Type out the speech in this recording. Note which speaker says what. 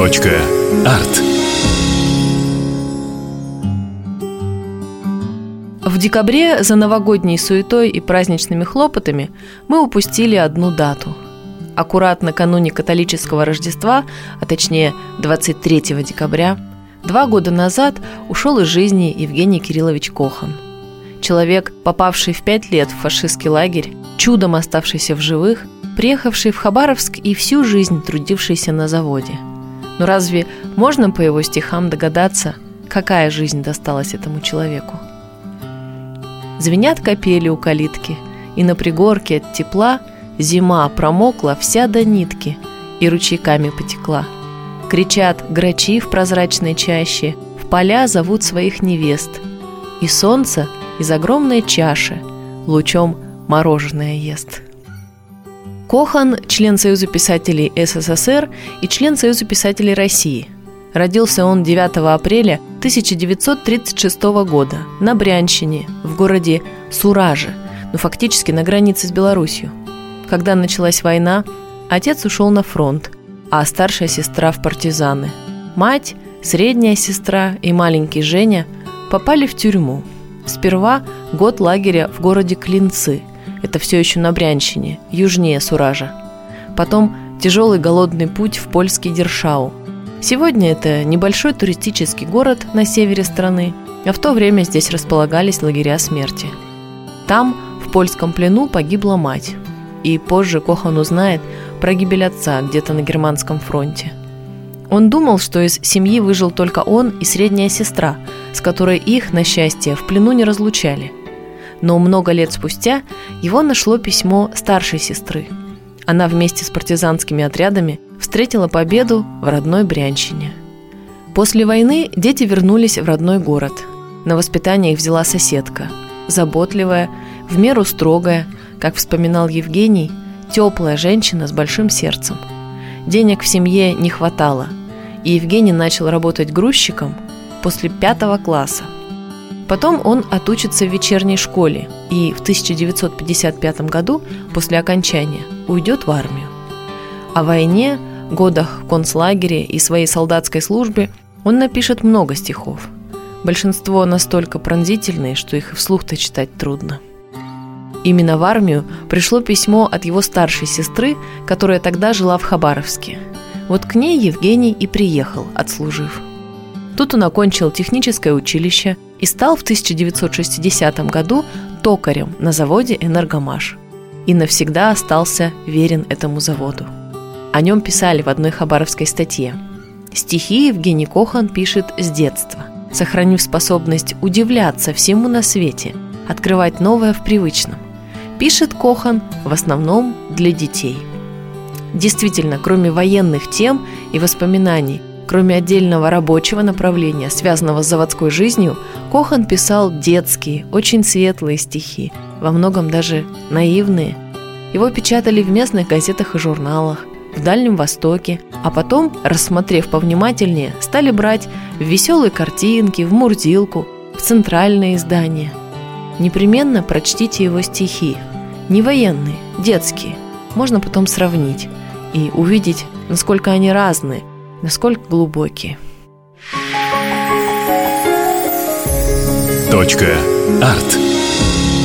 Speaker 1: Арт.
Speaker 2: В декабре за новогодней суетой и праздничными хлопотами мы упустили одну дату. Аккурат накануне католического Рождества, а точнее 23 декабря, 2 года назад ушел из жизни Евгений Кириллович Кохан. Человек, попавший в 5 лет в фашистский лагерь, чудом оставшийся в живых, приехавший в Хабаровск и всю жизнь трудившийся на заводе. Но разве можно по его стихам догадаться, какая жизнь досталась этому человеку? Звенят капели у калитки, и на пригорке от тепла зима промокла вся до нитки и ручейками потекла. Кричат грачи в прозрачной чаще, в поля зовут своих невест, и солнце из огромной чаши лучом мороженое ест. Кохан – член Союза писателей СССР и член Союза писателей России. Родился он 9 апреля 1936 года на Брянщине, в городе Сураже, но фактически на границе с Белоруссией. Когда началась война, отец ушел на фронт, а старшая сестра в партизаны. Мать, средняя сестра и маленький Женя попали в тюрьму. Сперва год лагеря в городе Клинцы, это все еще на Брянщине, южнее Суража. Потом тяжелый голодный путь в польский Дершау. Сегодня это небольшой туристический город на севере страны, а в то время здесь располагались лагеря смерти. Там, в польском плену, погибла мать. И позже Кохан узнает про гибель отца где-то на германском фронте. Он думал, что из семьи выжил только он и средняя сестра, с которой их, на счастье, в плену не разлучали. Но много лет спустя его нашло письмо старшей сестры. Она вместе с партизанскими отрядами встретила победу в родной Брянщине. После войны дети вернулись в родной город. На воспитание их взяла соседка. Заботливая, в меру строгая, как вспоминал Евгений, теплая женщина с большим сердцем. Денег в семье не хватало, и Евгений начал работать грузчиком после 5 класса. Потом он отучится в вечерней школе и в 1955 году, после окончания, уйдет в армию. О войне, годах в концлагере и своей солдатской службе он напишет много стихов. Большинство настолько пронзительные, что их и вслух-то читать трудно. Именно в армию пришло письмо от его старшей сестры, которая тогда жила в Хабаровске. Вот к ней Евгений и приехал, отслужив. Тут он окончил техническое училище и стал в 1960 году токарем на заводе «Энергомаш». И навсегда остался верен этому заводу. О нем писали в одной хабаровской статье. Стихи Евгений Кохан пишет с детства, сохранив способность удивляться всему на свете, открывать новое в привычном. Пишет Кохан в основном для детей. Действительно, кроме военных тем и воспоминаний, кроме отдельного рабочего направления, связанного с заводской жизнью, Кохан писал детские, очень светлые стихи, во многом даже наивные. Его печатали в местных газетах и журналах, в Дальнем Востоке, а потом, рассмотрев повнимательнее, стали брать в веселые картинки, в Мурзилку, в центральные издания. Непременно прочтите его стихи. Не военные, детские. Можно потом сравнить и увидеть, насколько они разные, насколько глубокие.
Speaker 1: Арт.